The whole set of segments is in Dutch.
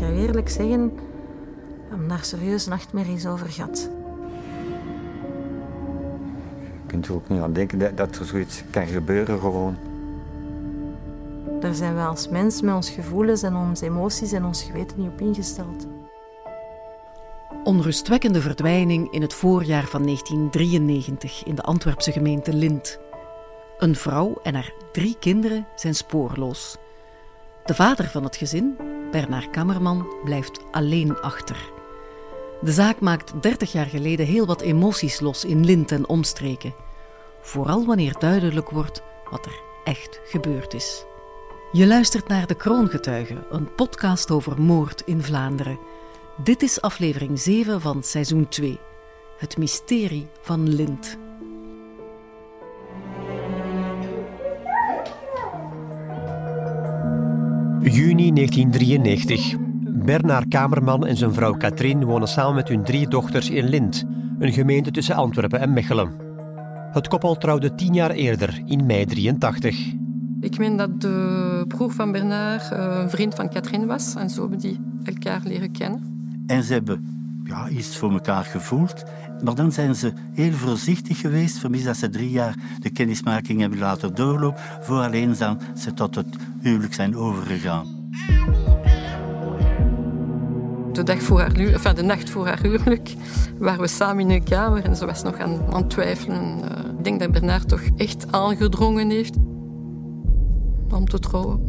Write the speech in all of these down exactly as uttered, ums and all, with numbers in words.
ga je eerlijk zeggen, we hebben daar serieus nachtmerries over gehad. Je kunt er ook niet aan denken dat, dat er zoiets kan gebeuren gewoon. Daar zijn we als mens met ons gevoelens en onze emoties en ons geweten niet op ingesteld. Onrustwekkende verdwijning in het voorjaar van negentien drieënnegentig in de Antwerpse gemeente Lint. Een vrouw en haar drie kinderen zijn spoorloos. De vader van het gezin, Bernard Kammerman, blijft alleen achter. De zaak maakt dertig jaar geleden heel wat emoties los in Lint en omstreken. Vooral wanneer duidelijk wordt wat er echt gebeurd is. Je luistert naar De Kroongetuigen, een podcast over moord in Vlaanderen. Dit is aflevering zeven van seizoen twee. Het mysterie van Lint. Juni negentien drieënnegentig. Bernard Kammerman en zijn vrouw Katrien wonen samen met hun drie dochters in Lint, een gemeente tussen Antwerpen en Mechelen. Het koppel trouwde tien jaar eerder, in mei drieëntachtig. Ik meen dat de broer van Bernard een vriend van Katrien was en zo hebben die elkaar leren kennen. En ze hebben ja, iets voor elkaar gevoeld. Maar dan zijn ze heel voorzichtig geweest, vermis dat ze drie jaar de kennismaking hebben laten doorlopen, voor alleen dan ze tot het huwelijk zijn overgegaan. De, dag voor haar, enfin, de nacht voor haar huwelijk waren we samen in een kamer en ze was nog aan, aan het twijfelen. Uh, ik denk dat Bernard toch echt aangedrongen heeft om te trouwen.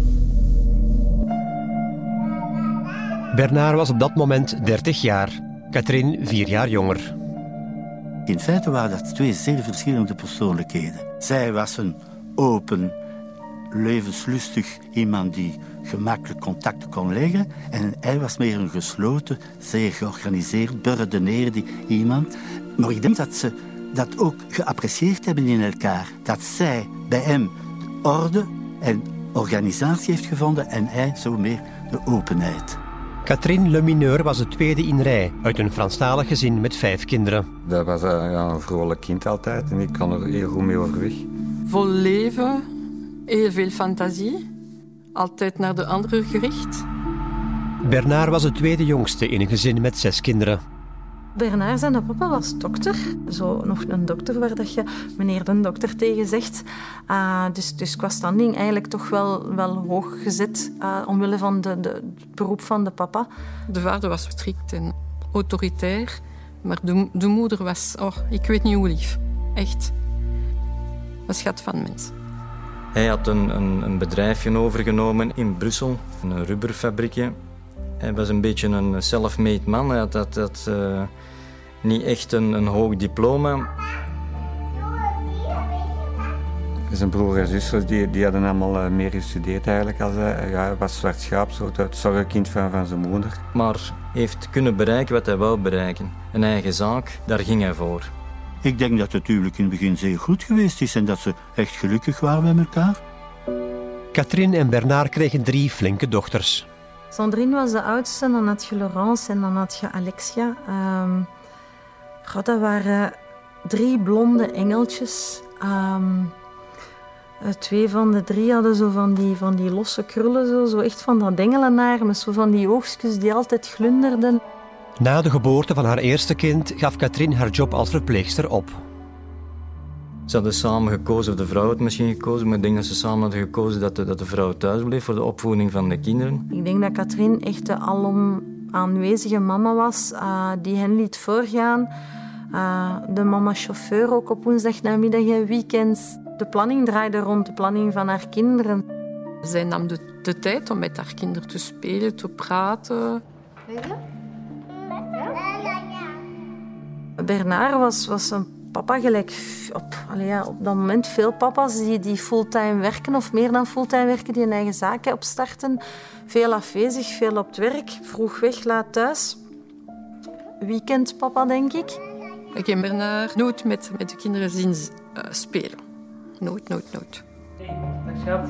Bernard was op dat moment dertig jaar, Katrien vier jaar jonger. In feite waren dat twee zeer verschillende persoonlijkheden. Zij was een open, levenslustig iemand die gemakkelijk contacten kon leggen. En hij was meer een gesloten, zeer georganiseerd, beredeneerde iemand. Maar ik denk dat ze dat ook geapprecieerd hebben in elkaar. Dat zij bij hem orde en organisatie heeft gevonden en hij zo meer de openheid. Katrien Le Mineur was de tweede in rij uit een Franstalig gezin met vijf kinderen. Dat was uh, ja, een vrolijk kind altijd en ik kan er heel goed mee overweg. Vol leven, heel veel fantasie, altijd naar de anderen gericht. Bernard was de tweede jongste in een gezin met zes kinderen. Bernard zijn papa was dokter. Zo nog een dokter waar dat je meneer de dokter tegen zegt. Uh, dus, dus qua standing eigenlijk toch wel, wel hoog gezet uh, omwille van de, de, het beroep van de papa. De vader was strikt en autoritair, maar de, de moeder was, oh, ik weet niet hoe lief. Echt. Een schat van mens. Hij had een, een, een bedrijfje overgenomen in Brussel, een rubberfabriekje. Hij was een beetje een self-made man. Hij had, had, had uh, niet echt een, een hoog diploma. Zijn broer en zussen die, die hadden allemaal uh, meer gestudeerd eigenlijk. Als hij, ja, hij was zwart schaap, zo, het zorgenkind van, van zijn moeder. Maar heeft kunnen bereiken wat hij wou bereiken. Een eigen zaak, daar ging hij voor. Ik denk dat het huwelijk in het begin zeer goed geweest is en dat ze echt gelukkig waren met elkaar. Katrien en Bernard kregen drie flinke dochters. Sandrine was de oudste, dan had je Laurence en dan had je Alexia. Um, God, dat waren drie blonde engeltjes. Um, twee van de drie hadden zo van die, van die losse krullen, zo, zo echt van dat engelenaar, met zo van die oogstjes die altijd glunderden. Na de geboorte van haar eerste kind gaf Katrien haar job als verpleegster op. Ze hadden samen gekozen, of de vrouw had misschien gekozen, maar ik denk dat ze samen hadden gekozen dat de, dat de vrouw thuis bleef voor de opvoeding van de kinderen. Ik denk dat Katrien echt de alom aanwezige mama was, uh, die hen liet voorgaan. Uh, de mama-chauffeur ook op woensdagnamiddag en weekends. De planning draaide rond de planning van haar kinderen. Zij nam de, de tijd om met haar kinderen te spelen, te praten. Bernard was, was een papa gelijk op, allee, ja, op dat moment veel papa's die, die fulltime werken of meer dan fulltime werken, die hun eigen zaken opstarten. Veel afwezig, veel op het werk, vroeg weg, laat thuis. Weekendpapa, denk ik. Ik heb Bernard nooit met, met de kinderen zien uh, spelen. Nooit, nooit, nooit. Hey, schat.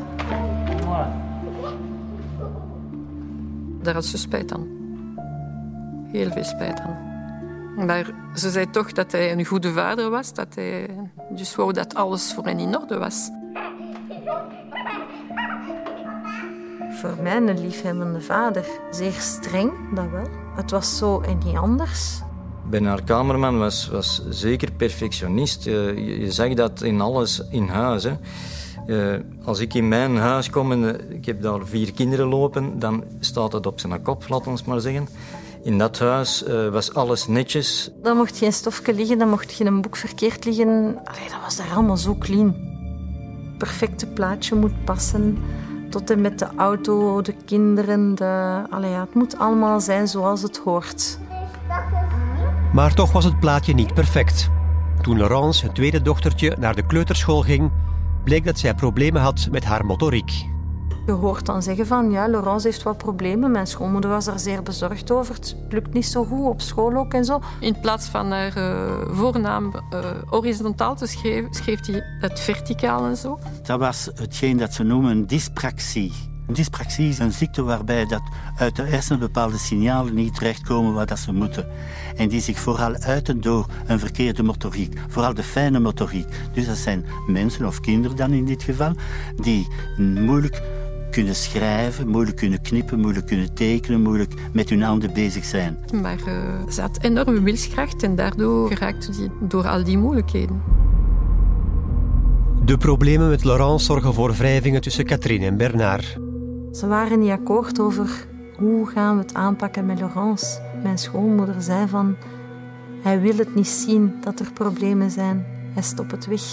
Daar had ze spijt aan. Heel veel spijt aan. Maar ze zei toch dat hij een goede vader was. Dat hij dus wou dat alles voor hen in orde was. voor mij een liefhebbende vader. Zeer streng, dat wel. Het was zo en niet anders. Bernard Kamerman was, was zeker perfectionist. Uh, je, je zag dat in alles in huis. Hè. Uh, als ik in mijn huis kom en uh, ik heb daar vier kinderen lopen, dan staat het op zijn kop, laten we ons maar zeggen. In dat huis uh, was alles netjes. Dan mocht geen stofje liggen, dan mocht geen boek verkeerd liggen. Allee, dat was daar allemaal zo clean. Het perfecte plaatje moet passen. Tot en met de auto, de kinderen. De... Allee, ja, het moet allemaal zijn zoals het hoort. Maar toch was het plaatje niet perfect. Toen Laurence, het tweede dochtertje, naar de kleuterschool ging, bleek dat zij problemen had met haar motoriek. Je hoort dan zeggen van, ja, Laurence heeft wat problemen. Mijn schoonmoeder was er zeer bezorgd over. Het lukt niet zo goed, op school ook en zo. In plaats van haar uh, voornaam uh, horizontaal te schrijven, schreef hij het verticaal en zo. Dat was hetgeen dat ze noemen een dyspraxie. Een dyspraxie is een ziekte waarbij dat uit de hersenen bepaalde signalen niet terechtkomen waar dat ze moeten. En die zich vooral uiten door een verkeerde motoriek. Vooral de fijne motoriek. Dus dat zijn mensen, of kinderen dan in dit geval, die moeilijk kunnen schrijven, moeilijk kunnen knippen, moeilijk kunnen tekenen, moeilijk met hun handen bezig zijn. Maar uh, ze had enorme wilskracht en daardoor geraakte hij door al die moeilijkheden. De problemen met Laurence zorgen voor wrijvingen tussen Catherine en Bernard. Ze waren niet akkoord over hoe gaan we het aanpakken met Laurence. Mijn schoonmoeder zei van, hij wil het niet zien dat er problemen zijn. Hij stopt het weg.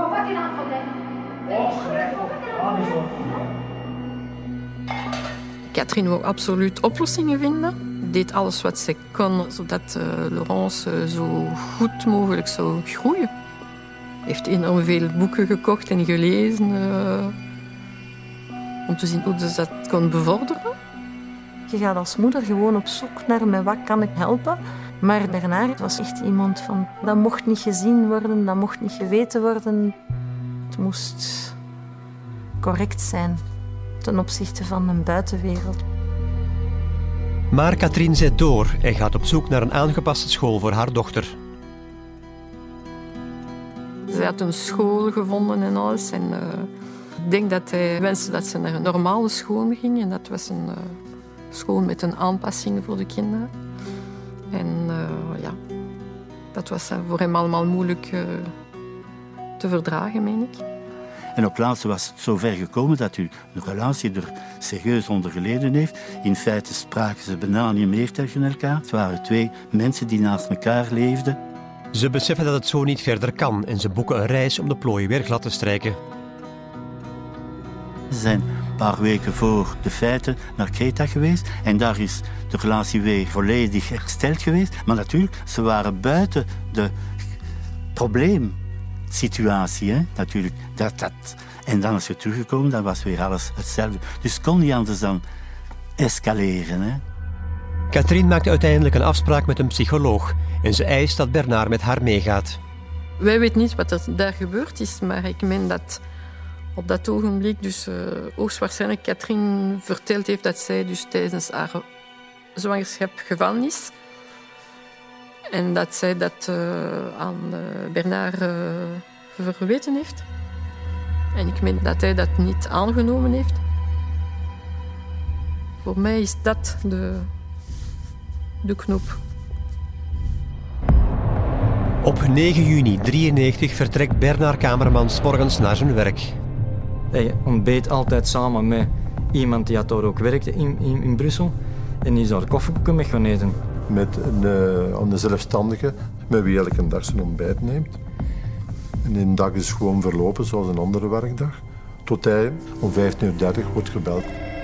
Catherine wou absoluut oplossingen vinden. Deed alles wat ze kon, zodat uh, Laurence uh, zo goed mogelijk zou groeien. Heeft enorm veel boeken gekocht en gelezen uh, om te zien hoe ze dat kon bevorderen. Je gaat als moeder gewoon op zoek naar met wat kan ik helpen. Maar Bernard was echt iemand van, dat mocht niet gezien worden, dat mocht niet geweten worden. Het moest correct zijn ten opzichte van een buitenwereld. Maar Catherine zet door en gaat op zoek naar een aangepaste school voor haar dochter. Ze had een school gevonden en alles. En, uh, ik denk dat hij wenste dat ze naar een normale school ging. En dat was een uh, school met een aanpassing voor de kinderen. En uh, ja, dat was voor hem allemaal moeilijk uh, te verdragen, meen ik. En op laatste was het zover gekomen dat u de relatie er serieus onder geleden heeft. In feite spraken ze bijna niet meer tegen elkaar. Het waren twee mensen die naast elkaar leefden. Ze beseffen dat het zo niet verder kan en ze boeken een reis om de plooien weer glad te strijken. Ze zijn een paar weken voor de feiten naar Kreta geweest en daar is de relatie weer volledig hersteld geweest. Maar natuurlijk, ze waren buiten de probleemsituatie. Hè? Natuurlijk, dat, dat. En dan is ze teruggekomen, dan was weer alles hetzelfde. Dus het kon niet anders dan escaleren. Hè? Catherine maakt uiteindelijk een afspraak met een psycholoog en ze eist dat Bernard met haar meegaat. Wij weten niet wat er daar gebeurd is, maar ik meen dat op dat ogenblik dus uh, hoogstwaarschijnlijk Catherine verteld heeft dat zij dus tijdens haar zwangerschap gevallen is. En dat zij dat uh, aan uh, Bernard uh, verweten heeft. En ik meen dat hij dat niet aangenomen heeft. Voor mij is dat de, de knop. Op negen juni negentien drieënnegentig vertrekt Bernard Kamerman 's morgens naar zijn werk. Hij ontbeet altijd samen met iemand die daar ook werkte in, in, in Brussel. En die is daar koffiekoeken mee gaan eten. Met een, uh, een zelfstandige met wie elke dag zijn ontbijt neemt. En die dag is gewoon verlopen zoals een andere werkdag. Tot hij om vijftien uur dertig wordt gebeld.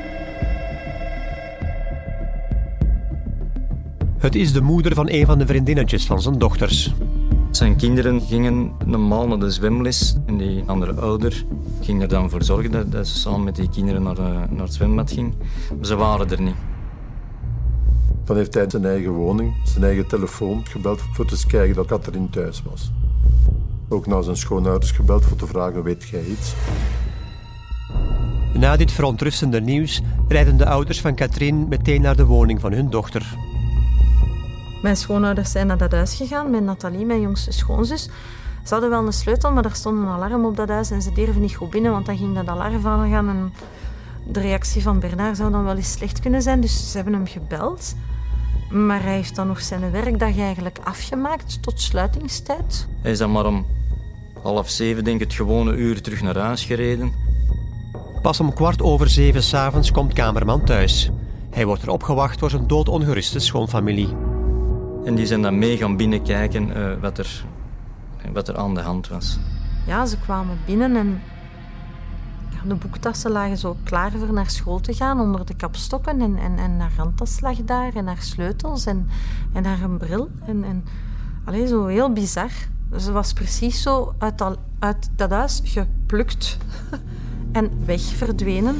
Het is de moeder van een van de vriendinnetjes van zijn dochters. Zijn kinderen gingen normaal naar de zwemles en die andere ouder ging er dan voor zorgen dat, dat ze samen met die kinderen naar, uh, naar het zwembad ging. Maar ze waren er niet. Dan heeft hij zijn eigen woning, zijn eigen telefoon gebeld voor te kijken dat Catherine thuis was. Ook naar zijn schoonouders gebeld voor te vragen, weet jij iets? Na dit verontrustende nieuws rijden de ouders van Catherine meteen naar de woning van hun dochter. Mijn schoonouders zijn naar dat huis gegaan met Nathalie, mijn jongste schoonzus. Ze hadden wel een sleutel, maar er stond een alarm op dat huis en ze durfden niet goed binnen, want dan ging dat alarm aan gaan. En De reactie van Bernard zou dan wel eens slecht kunnen zijn, dus ze hebben hem gebeld. Maar hij heeft dan nog zijn werkdag eigenlijk afgemaakt tot sluitingstijd. Hij is dan maar om half zeven, denk ik, het gewone uur terug naar huis gereden. Pas om kwart over zeven 's avonds komt kamerman thuis. Hij wordt er opgewacht door zijn doodongeruste schoonfamilie. En die zijn dan mee gaan binnenkijken uh, wat, er, wat er aan de hand was. Ja, ze kwamen binnen en ja, de boektassen lagen zo klaar voor naar school te gaan onder de kapstokken. En, en, en haar handtas lag daar en haar sleutels en, en haar een bril. En, en, allee, zo heel bizar. Ze was precies zo uit, al, uit dat huis geplukt en weg verdwenen.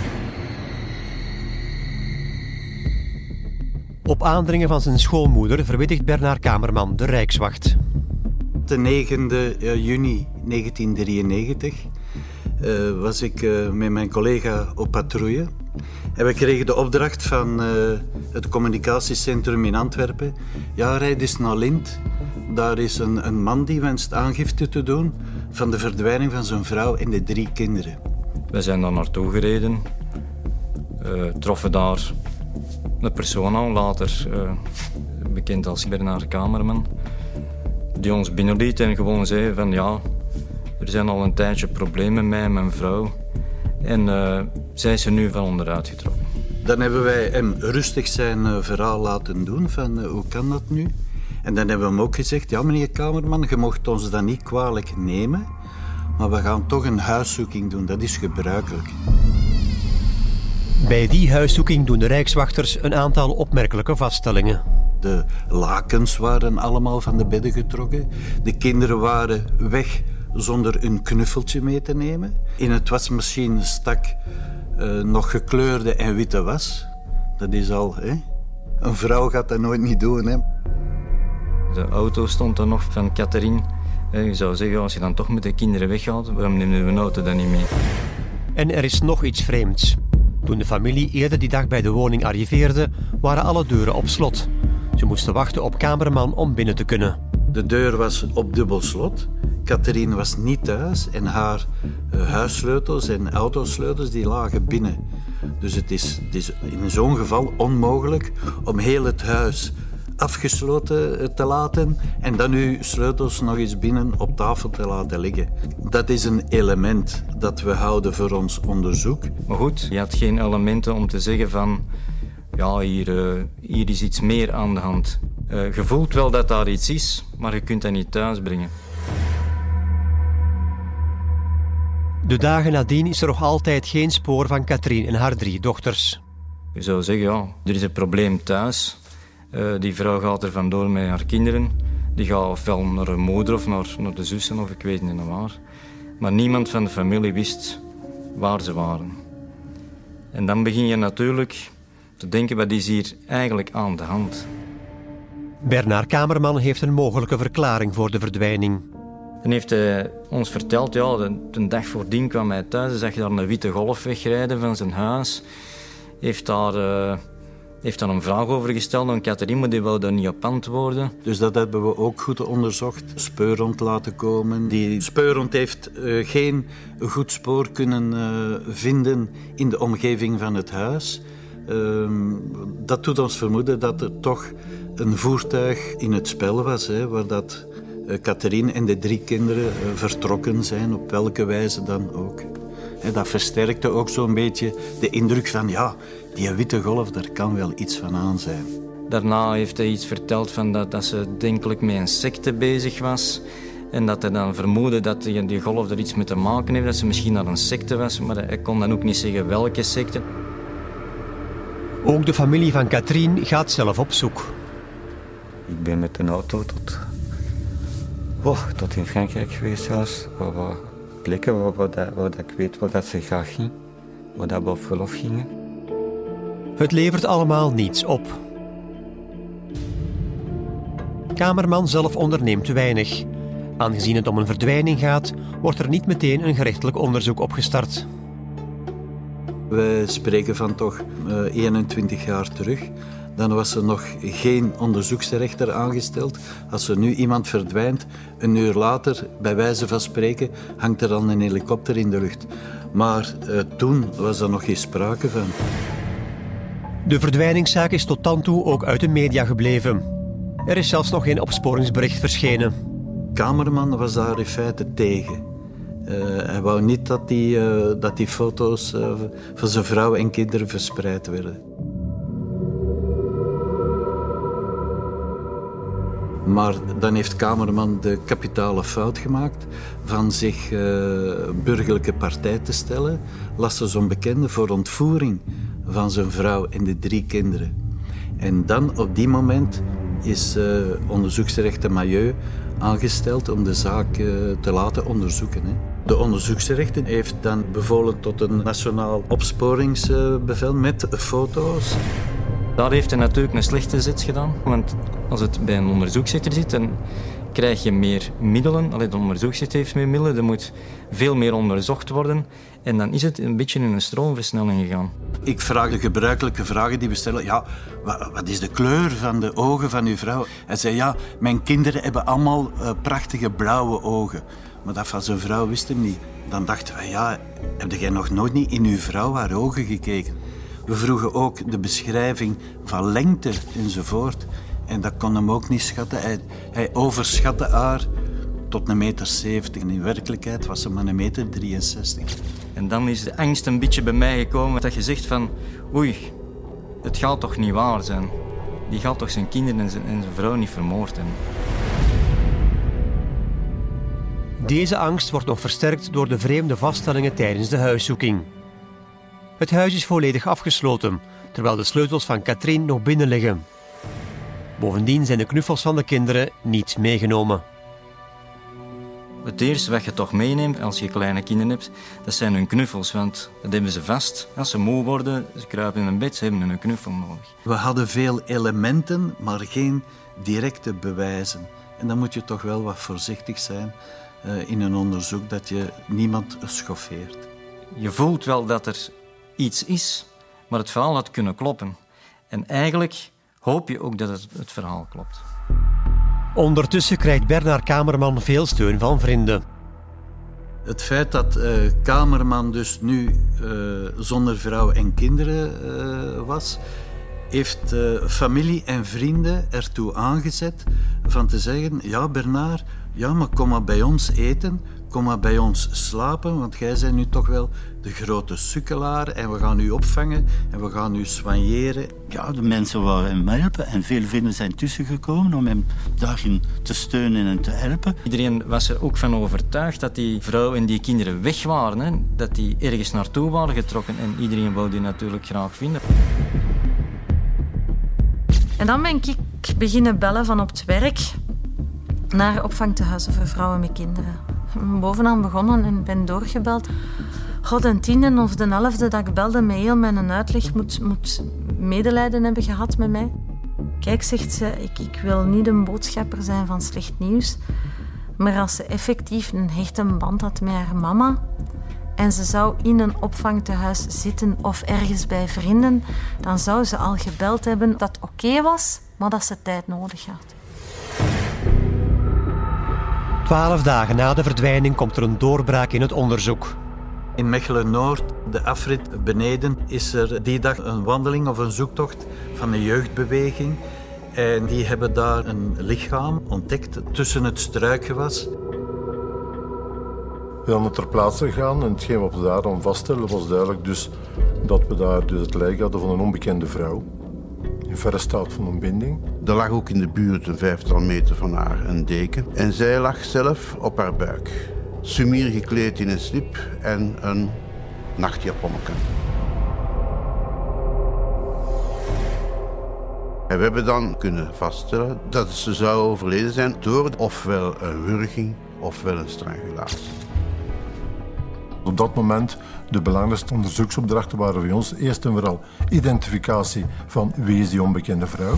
Op aandringen van zijn schoonmoeder verwittigt Bernard Kamerman de Rijkswacht. De negende juni negentien drieënnegentig uh, was ik uh, met mijn collega op patrouille. En we kregen de opdracht van uh, het communicatiecentrum in Antwerpen. Ja, rijd eens naar Lint. Daar is een, een man die wenst aangifte te doen van de verdwijning van zijn vrouw en de drie kinderen. We zijn daar naartoe gereden. Uh, troffen daar een persoon aan, later uh, bekend als Bernard Kamerman, die ons binnenliet en gewoon zei van ja, er zijn al een tijdje problemen met mij en mijn vrouw en uh, zij is er nu van onderuit getrokken. Dan hebben wij hem rustig zijn uh, verhaal laten doen van uh, hoe kan dat nu? En dan hebben we hem ook gezegd, ja meneer Kamerman, je mocht ons dat niet kwalijk nemen, maar we gaan toch een huiszoeking doen, dat is gebruikelijk. Bij die huiszoeking doen de rijkswachters een aantal opmerkelijke vaststellingen. De lakens waren allemaal van de bedden getrokken. De kinderen waren weg zonder een knuffeltje mee te nemen. In het wasmachine stak uh, nog gekleurde en witte was. Dat is al, hè? Een vrouw gaat dat nooit niet doen, hè? De auto stond er nog van Catherine. Je zou zeggen, als je dan toch met de kinderen weggaat, waarom nemen we een auto dan niet mee? En er is nog iets vreemds. Toen de familie eerder die dag bij de woning arriveerde, waren alle deuren op slot. Ze moesten wachten op Kamerman om binnen te kunnen. De deur was op dubbel slot. Catherine was niet thuis en haar uh, huissleutels en autosleutels die lagen binnen. Dus het is, het is in zo'n geval onmogelijk om heel het huis afgesloten te laten en dan uw sleutels nog eens binnen op tafel te laten liggen. Dat is een element dat we houden voor ons onderzoek. Maar goed, je had geen elementen om te zeggen van ja, hier, uh, hier is iets meer aan de hand. Uh, je voelt wel dat daar iets is, maar je kunt dat niet thuisbrengen. De dagen nadien is er nog altijd geen spoor van Catherine en haar drie dochters. Je zou zeggen, ja, er is een probleem thuis. Uh, die vrouw gaat er vandoor met haar kinderen. Die gaat ofwel naar haar moeder of naar, naar de zussen of ik weet niet waar. Maar niemand van de familie wist waar ze waren. En dan begin je natuurlijk te denken, wat is hier eigenlijk aan de hand? Bernard Kamerman heeft een mogelijke verklaring voor de verdwijning. En heeft hij ons verteld, ja, de, de dag voordien kwam hij thuis en zag je daar een witte golf wegrijden van zijn huis. Heeft daar... Uh, heeft daar een vraag over gesteld aan Catherine, maar die wou daar niet op antwoorden. Dus dat hebben we ook goed onderzocht. Speurhond laten komen. Die speurhond heeft uh, geen goed spoor kunnen uh, vinden in de omgeving van het huis. Uh, dat doet ons vermoeden dat er toch een voertuig in het spel was, hè, waar dat uh, Catherine en de drie kinderen uh, vertrokken zijn, op welke wijze dan ook. He, dat versterkte ook zo'n beetje de indruk van ja, die witte golf, daar kan wel iets van aan zijn. Daarna heeft hij iets verteld van dat, dat ze denkelijk met een secte bezig was. En dat hij dan vermoedde dat die, die golf er iets mee te maken heeft, dat ze misschien naar een secte was. Maar hij kon dan ook niet zeggen welke secte. Ook de familie van Catherine gaat zelf op zoek. Ik ben met een auto tot, oh, tot in Frankrijk geweest zelfs. Waar, waar plekken waar, waar, dat, waar dat ik weet waar dat ze graag ging. Waar dat we op verlof gingen. Het levert allemaal niets op. Kamerman zelf onderneemt weinig. Aangezien het om een verdwijning gaat, wordt er niet meteen een gerechtelijk onderzoek opgestart. We spreken van toch uh, eenentwintig jaar terug. Dan was er nog geen onderzoeksrechter aangesteld. Als er nu iemand verdwijnt, een uur later, bij wijze van spreken, hangt er dan een helikopter in de lucht. Maar uh, toen was er nog geen sprake van. De verdwijningszaak is tot dan toe ook uit de media gebleven. Er is zelfs nog geen opsporingsbericht verschenen. Kamerman was daar in feite tegen. Uh, hij wou niet dat die, uh, dat die foto's uh, van zijn vrouw en kinderen verspreid werden. Maar dan heeft Kamerman de kapitale fout gemaakt van zich uh, burgerlijke partij te stellen, lastens onbekende voor ontvoering van zijn vrouw en de drie kinderen. En dan op die moment is uh, onderzoeksrechter Mailleu aangesteld om de zaak uh, te laten onderzoeken. Hè. De onderzoeksrechter heeft dan bevolen tot een nationaal opsporingsbevel met foto's. Daar heeft hij natuurlijk een slechte zet gedaan, want als het bij een onderzoeksrechter zit, dan krijg je meer middelen. Allee, de onderzoeksrechter heeft meer middelen, er moet veel meer onderzocht worden. En dan is het een beetje in een stroomversnelling gegaan. Ik vraag de gebruikelijke vragen die we stellen. Ja, wat is de kleur van de ogen van uw vrouw? Hij zei, ja, mijn kinderen hebben allemaal uh, prachtige blauwe ogen. Maar dat van zijn vrouw wist hij niet. Dan dachten wij, ja, heb jij nog nooit niet in uw vrouw haar ogen gekeken? We vroegen ook de beschrijving van lengte enzovoort. En dat kon hem ook niet schatten. Hij, hij overschatte haar tot een meter zeventig. En in werkelijkheid was ze maar een meter drieënzestig. En dan is de angst een beetje bij mij gekomen. Dat je zegt van, oei, het gaat toch niet waar zijn. Die gaat toch zijn kinderen en zijn, en zijn vrouw niet vermoord hebben. Deze angst wordt nog versterkt door de vreemde vaststellingen tijdens de huiszoeking. Het huis is volledig afgesloten, terwijl de sleutels van Katrien nog binnen liggen. Bovendien zijn de knuffels van de kinderen niet meegenomen. Het eerste wat je toch meeneemt als je kleine kinderen hebt, dat zijn hun knuffels. Want dat hebben ze vast. Als ze moe worden, ze kruipen in een bed, ze hebben een knuffel nodig. We hadden veel elementen, maar geen directe bewijzen. En dan moet je toch wel wat voorzichtig zijn uh, in een onderzoek, dat je niemand schoffeert. Je voelt wel dat er iets is, maar het verhaal had kunnen kloppen. En eigenlijk hoop je ook dat het, het verhaal klopt. Ondertussen krijgt Bernard Kamerman veel steun van vrienden. Het feit dat uh, Kamerman dus nu uh, zonder vrouw en kinderen uh, was, heeft uh, familie en vrienden ertoe aangezet van te zeggen, ja Bernard, ja, maar kom maar bij ons eten, kom maar bij ons slapen, want jij bent nu toch wel de grote sukkelaar en we gaan u opvangen en we gaan u soigneren. Ja, de mensen wouden hem helpen en veel vrienden zijn tussengekomen om hem daarin te steunen en te helpen. Iedereen was er ook van overtuigd dat die vrouw en die kinderen weg waren, hè? Dat die ergens naartoe waren getrokken en iedereen wou die natuurlijk graag vinden. En dan ben ik beginnen bellen van op het werk naar opvangtehuizen voor vrouwen met kinderen. Bovenaan begonnen en ben doorgebeld. God, de tiende of de elfde dat ik belde met heel mijn uitleg moet, moet medelijden hebben gehad met mij. Kijk, zegt ze, ik, ik wil niet een boodschapper zijn van slecht nieuws, maar als ze effectief een hechte band had met haar mama en ze zou in een opvangtehuis zitten of ergens bij vrienden, dan zou ze al gebeld hebben dat het oké was, maar dat ze tijd nodig had. Twaalf dagen na de verdwijning komt er een doorbraak in het onderzoek. In Mechelen-Noord, de afrit beneden, is er die dag een wandeling of een zoektocht van een jeugdbeweging. En die hebben daar een lichaam ontdekt tussen het struikgewas. We zijn ter plaatse gegaan en hetgeen wat we daar dan vaststellen was duidelijk dus dat we daar dus het lijk hadden van een onbekende vrouw. In verre staat van ontbinding. Er lag ook in de buurt een vijftal meter van haar een deken. En zij lag zelf op haar buik. Sumier gekleed in een slip en een nachtjaponnetje. En we hebben dan kunnen vaststellen dat ze zou overleden zijn door ofwel een wurging ofwel een strangulatie. Op dat moment de belangrijkste onderzoeksopdrachten waren voor ons eerst en vooral identificatie van wie is die onbekende vrouw.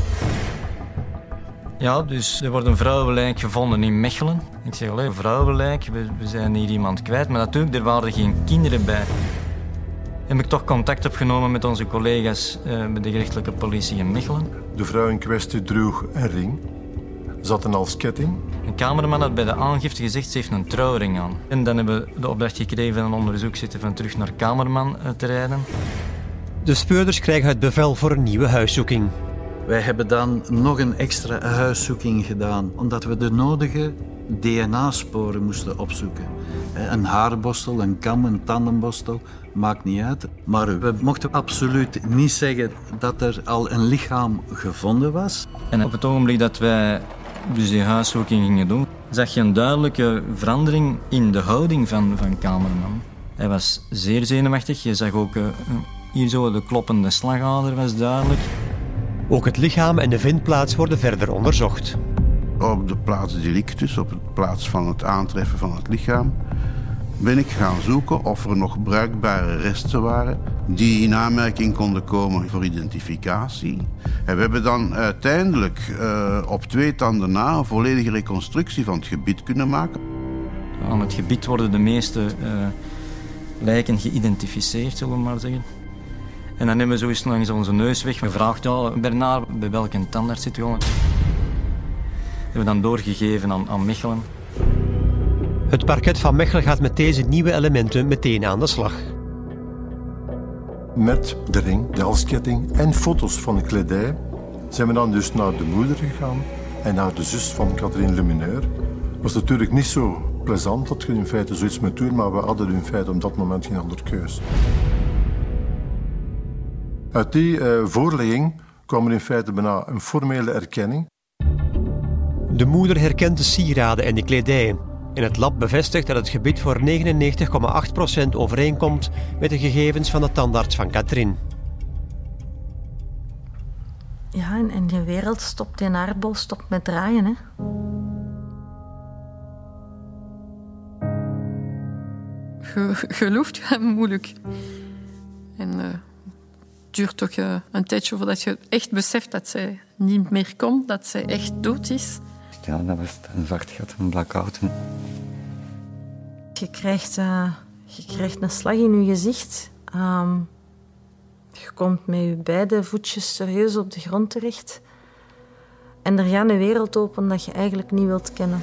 Ja, dus er wordt een vrouwenlijk gevonden in Mechelen. Ik zeg al, een vrouwenlijk, we, we zijn hier iemand kwijt, maar natuurlijk, er waren geen kinderen bij. Heb ik toch contact opgenomen met onze collega's uh, bij de gerechtelijke politie in Mechelen. De vrouw in kwestie droeg een ring. zat een halsketting. Een kamerman had bij de aangifte gezegd, ze heeft een trouwring aan. En dan hebben we de opdracht gekregen van een onderzoekzitting van terug naar kamerman te rijden. De speurders krijgen het bevel voor een nieuwe huiszoeking. Wij hebben dan nog een extra huiszoeking gedaan, omdat we de nodige D N A-sporen moesten opzoeken. Een haarborstel, een kam, een tandenborstel, maakt niet uit. Maar we mochten absoluut niet zeggen dat er al een lichaam gevonden was. En op het ogenblik dat wij dus die huiszoeking gingen doen, zag je een duidelijke verandering in de houding van, van kamerman. Hij was zeer zenuwachtig. Je zag ook uh, hier zo de kloppende slagader was duidelijk. Ook het lichaam en de vindplaats worden verder onderzocht. Op de plaats delictus, op de plaats van het aantreffen van het lichaam, ben ik gaan zoeken of er nog bruikbare resten waren die in aanmerking konden komen voor identificatie. En we hebben dan uiteindelijk uh, op twee tanden na een volledige reconstructie van het gebied kunnen maken. Aan het gebied worden de meeste uh, lijken geïdentificeerd, zullen we maar zeggen. En dan hebben we zo eens langs onze neus weg gevraagd, ja, Bernard, bij welke tandarts zit u al? Dat hebben we dan doorgegeven aan, aan Mechelen. Het parket van Mechelen gaat met deze nieuwe elementen meteen aan de slag. Met de ring, de halsketting en foto's van de kledij zijn we dan dus naar de moeder gegaan en naar de zus van Catherine Lumineur. Het was natuurlijk niet zo plezant dat je in feite zoiets moet doen, maar we hadden in feite op dat moment geen andere keus. Uit die uh, voorlegging kwam er in feite bijna een formele erkenning. De moeder herkent de sieraden en de kledij. En het lab bevestigt dat het gebied voor negenennegentig komma acht procent overeenkomt met de gegevens van de tandarts van Catherine. Ja, en, en de wereld stopt, die aardbol stopt met draaien, hè. Ge, gelooft je moeilijk. En uh, het duurt toch uh, een tijdje voordat je echt beseft dat zij niet meer komt, dat zij echt dood is. Ja, dat was een zwart gat, een blackout. Je krijgt, uh, je krijgt een slag in je gezicht. Um, je komt met je beide voetjes serieus op de grond terecht. En er gaat een wereld open dat je eigenlijk niet wilt kennen.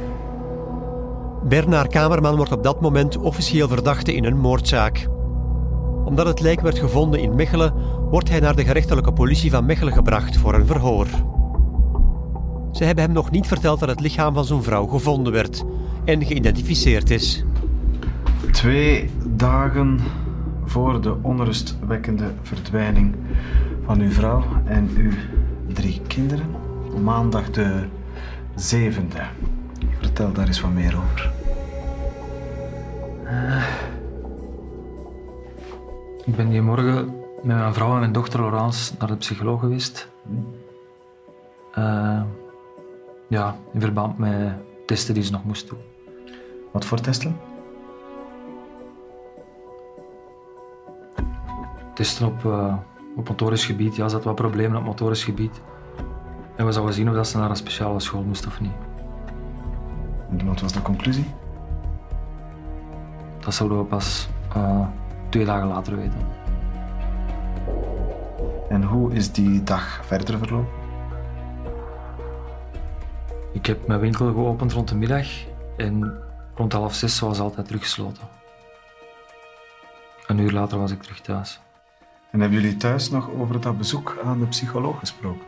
Bernard Kamerman wordt op dat moment officieel verdachte in een moordzaak. Omdat het lijk werd gevonden in Mechelen, wordt hij naar de gerechtelijke politie van Mechelen gebracht voor een verhoor. Ze hebben hem nog niet verteld dat het lichaam van zijn vrouw gevonden werd en geïdentificeerd is. Twee dagen voor de onrustwekkende verdwijning van uw vrouw en uw drie kinderen, maandag de zevende. Vertel daar eens wat meer over. Uh, ik ben die morgen met mijn vrouw en mijn dochter Laurence naar de psycholoog geweest. Uh, ja, in verband met testen die ze nog moest doen. Wat voor testen? Testen op, uh, op motorisch gebied. Ja, ze had wat problemen op motorisch gebied. En we zouden zien of dat ze naar een speciale school moest of niet. En wat was de conclusie? Dat zouden we pas uh, twee dagen later weten. En hoe is die dag verder verlopen? Ik heb mijn winkel geopend rond de middag en rond half zes was altijd teruggesloten. Een uur later was ik terug thuis. En hebben jullie thuis nog over dat bezoek aan de psycholoog gesproken?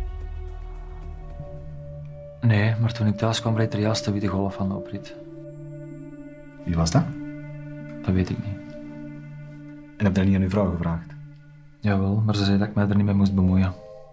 Nee, maar toen ik thuis kwam reed er juist de witte golf van de oprit. Wie was dat? Dat weet ik niet. En heb je dat niet aan uw vrouw gevraagd? Jawel, maar ze zei dat ik mij er niet mee moest bemoeien.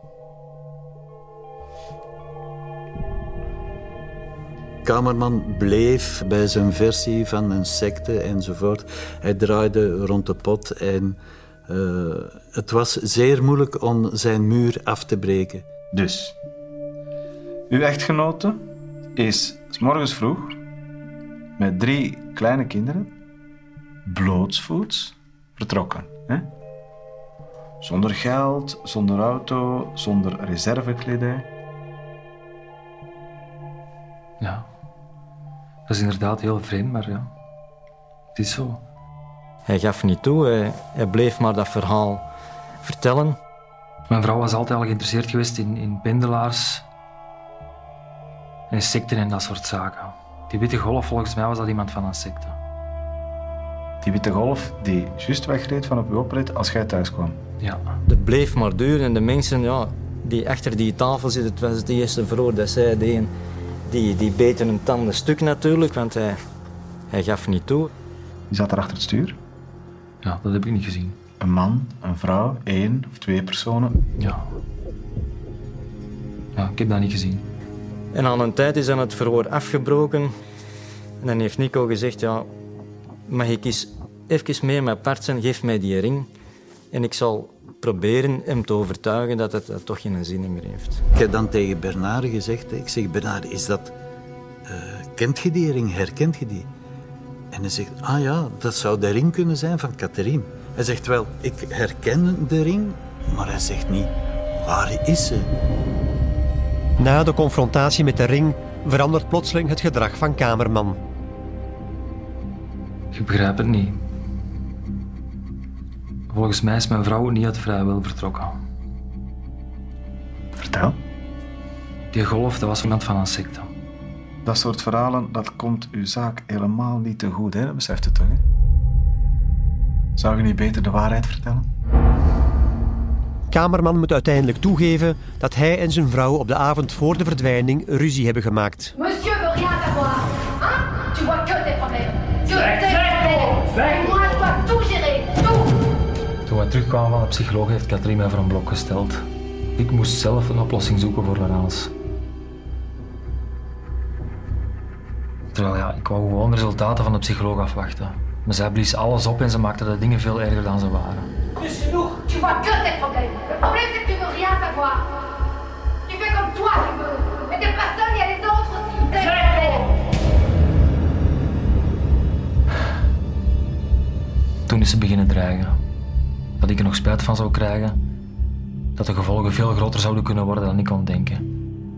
Kamerman bleef bij zijn versie van een secte enzovoort. Hij draaide rond de pot en uh, het was zeer moeilijk om zijn muur af te breken. Dus, uw echtgenote is 's morgens vroeg met drie kleine kinderen blootsvoets vertrokken. Hè? Zonder geld, zonder auto, zonder reservekledij. Ja, dat is inderdaad heel vreemd, maar ja, het is zo. Hij gaf niet toe, hij, hij bleef maar dat verhaal vertellen. Mijn vrouw was altijd al geïnteresseerd geweest in, in pendelaars. En secten en dat soort zaken. Die witte golf, volgens mij was dat iemand van een secte. Die witte golf die juist wegreed van op uw oprit als jij thuis kwam? Ja. Het bleef maar duren en de mensen ja, die achter die tafel zitten, het was het eerste verhoor dat zij deden, die, die beten hun tanden stuk natuurlijk, want hij, hij gaf niet toe. Die zat er achter het stuur? Ja, dat heb ik niet gezien. Een man, een vrouw, één of twee personen? Ja. Ja, ik heb dat niet gezien. En aan een tijd is dan het verhoor afgebroken. En dan heeft Nico gezegd, ja, mag ik eens even mee met apart zijn, geef mij die ring. En ik zal proberen hem te overtuigen dat het, het toch geen zin meer heeft. Ik heb dan tegen Bernard gezegd, ik zeg, Bernard, is dat... Uh, kent je die ring, herkent je die? En hij zegt, ah ja, dat zou de ring kunnen zijn van Catherine. Hij zegt wel, ik herken de ring, maar hij zegt niet, waar is ze? Na de confrontatie met de ring verandert plotseling het gedrag van Kamerman. Ik begrijp het niet. Volgens mij is mijn vrouw niet uit vrije wil vertrokken. Vertel. Die golf, dat was iemand van een secte. Dat soort verhalen, dat komt uw zaak helemaal niet te goed, hè? Dat beseft u toch, hè? Zou je niet beter de waarheid vertellen? Kamerman moet uiteindelijk toegeven dat hij en zijn vrouw op de avond voor de verdwijning ruzie hebben gemaakt. Monsieur veut rien savoir, hein? Tu vois que des problèmes. Que des problèmes. Moi, je dois tout gérer, tout. Toen wij terugkwamen van de psycholoog heeft Catherine mij voor een blok gesteld. Ik moest zelf een oplossing zoeken voor alles. Terwijl ja, ik wou gewoon de resultaten van de psycholoog afwachten. Maar zij blies alles op en ze maakte de dingen veel erger dan ze waren. Plus genoeg. Tu vois que des problèmes. Le problème, c'est que tu veux rien savoir. Tu fais comme toi, tu veux. Mais t'es pas seul, il y a les autres aussi. Des problèmes. Toen is ze beginnen dreigen. Dat ik er nog spijt van zou krijgen. Dat de gevolgen veel groter zouden kunnen worden dan ik kon denken.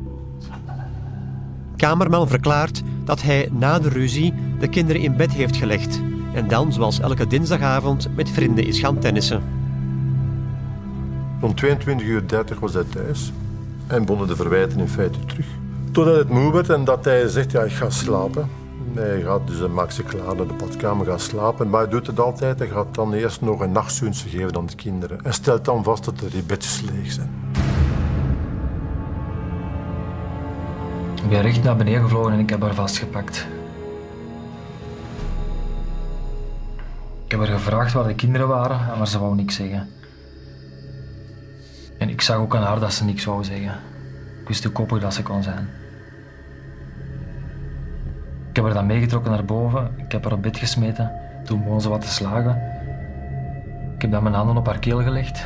Kamerman verklaart dat hij na de ruzie de kinderen in bed heeft gelegd en dan, zoals elke dinsdagavond, met vrienden is gaan tennissen. Rond tweeëntwintig uur dertig was hij thuis en begonnen de verwijten in feite terug. Totdat het moe werd en dat hij zegt, ja, ik ga slapen. Hij gaat dus, hij maakt zich klaar naar de badkamer, gaat slapen. Maar hij doet het altijd, hij gaat dan eerst nog een nachtzoentje geven aan de kinderen. En stelt dan vast dat er die bedjes leeg zijn. Ik ben recht naar beneden gevlogen en ik heb haar vastgepakt. Ik heb haar gevraagd waar de kinderen waren, maar ze wou niks zeggen. En ik zag ook aan haar dat ze niks wou zeggen. Ik wist hoe koppig dat ze kon zijn. Ik heb haar dan meegetrokken naar boven, ik heb haar op bed gesmeten, toen begon ze wat te slagen. Ik heb dan mijn handen op haar keel gelegd.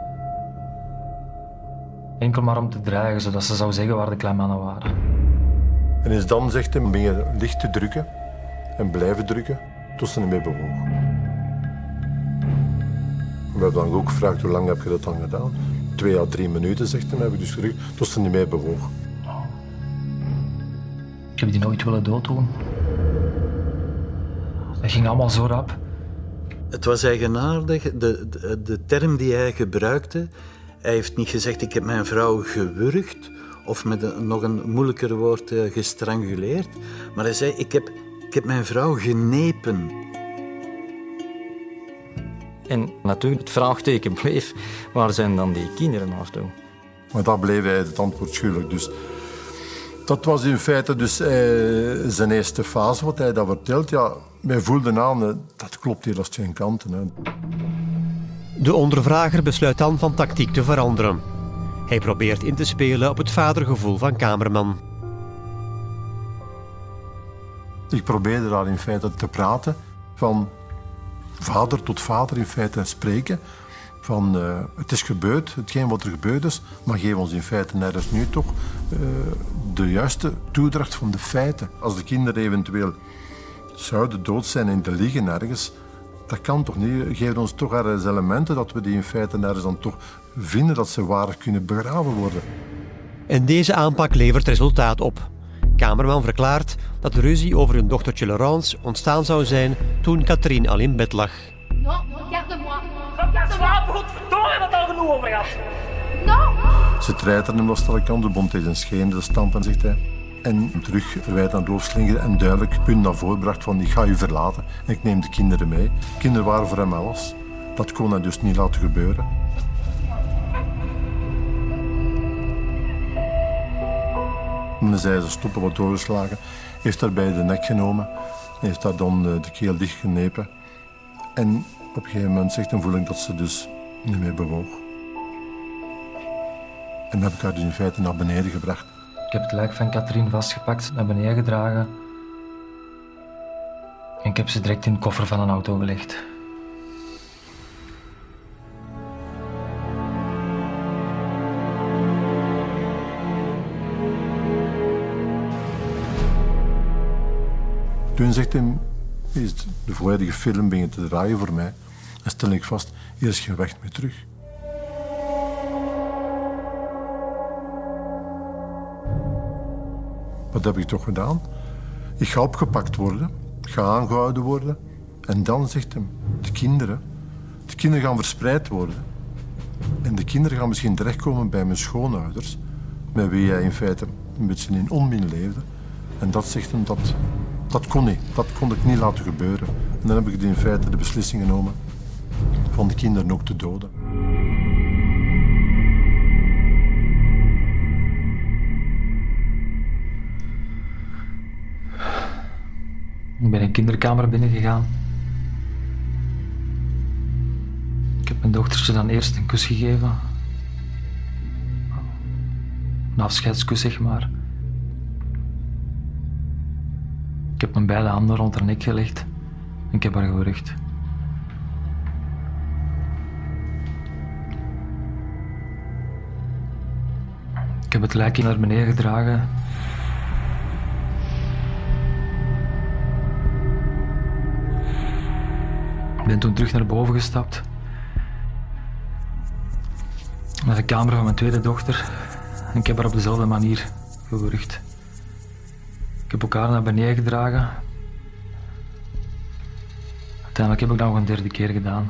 Enkel maar om te dreigen, zodat ze zou zeggen waar de kleinmannen waren. En eens dan zegt hij, ben je licht te drukken en blijven drukken tot ze niet meer bewogen. We hebben dan ook gevraagd, hoe lang heb je dat dan gedaan? Twee à drie minuten, zegt hij, hebben we dus gedrukt tot ze niet meer bewogen. Ik heb die nooit willen dooddoen. Dat ging allemaal zo rap. Het was eigenaardig, de, de, de term die hij gebruikte. Hij heeft niet gezegd, ik heb mijn vrouw gewurgd, of met een, nog een moeilijker woord, uh, gestranguleerd. Maar hij zei, ik heb, ik heb mijn vrouw genepen. En natuurlijk, het vraagteken bleef, waar zijn dan die kinderen naartoe? Maar daar bleef hij het antwoord schuldig. Dus dat was in feite dus, eh, zijn eerste fase, wat hij dat vertelt. Ja, wij voelden aan, eh, dat klopt hier als geen kanten. Hè. De ondervrager besluit dan van tactiek te veranderen. Hij probeert in te spelen op het vadergevoel van Kamerman. Ik probeerde daar in feite te praten, van vader tot vader in feite spreken. Van uh, het is gebeurd, hetgeen wat er gebeurd is, maar geef ons in feite nergens nu toch uh, de juiste toedracht van de feiten. Als de kinderen eventueel zouden dood zijn en te liggen ergens, dat kan toch niet. Geef ons toch ergens elementen dat we die in feite ergens dan toch vinden dat ze waardig kunnen begraven worden. En deze aanpak levert resultaat op. Kamerman verklaart dat de ruzie over hun dochtertje Laurence ontstaan zou zijn toen Catherine al in bed lag. Non, regarde-moi. Slaap goed, verdorie, wat al genoeg over gehad. Non! Ze treiteren hem los aan de kant, de bond tegen zijn schenen te stampen, zegt hij. En terug verwijt aan doofslingeren en duidelijk punt naar voren bracht van ik ga u verlaten en ik neem de kinderen mee. Kinderen waren voor hem alles. Dat kon hij dus niet laten gebeuren. En dan zei ze stoppen, wat doorgeslagen. Heeft daarbij de nek genomen. Heeft daar dan de keel dichtgeknepen. En op een gegeven moment zegt hij, voel ik dat ze dus niet meer bewoog. En dan heb ik haar dus in feite naar beneden gebracht. Ik heb het lijk van Catherine vastgepakt, naar beneden gedragen. En ik heb ze direct in de koffer van een auto gelegd. Toen zegt hij, is de volledige film begint te draaien voor mij. En stel ik vast, hier is geen weg meer terug. Wat heb ik toch gedaan? Ik ga opgepakt worden, ik ga aangehouden worden. En dan zegt hij, de kinderen, de kinderen gaan verspreid worden. En de kinderen gaan misschien terechtkomen bij mijn schoonouders, met wie hij in feite een beetje in onmin leefde. En dat zegt hem, dat, dat kon niet, dat kon ik niet laten gebeuren. En dan heb ik in feite de beslissing genomen van de kinderen ook te doden. Ik ben een kinderkamer binnengegaan. Ik heb mijn dochtertje dan eerst een kus gegeven. Een afscheidskus, zeg maar. Ik heb mijn beide handen rond haar nek gelegd en ik heb haar gewurgd. Ik heb het lijkje naar beneden gedragen. Ik ben toen terug naar boven gestapt. Naar de kamer van mijn tweede dochter. En ik heb haar op dezelfde manier gewurgd. Ik heb elkaar naar beneden gedragen. Uiteindelijk heb ik dat nog een derde keer gedaan.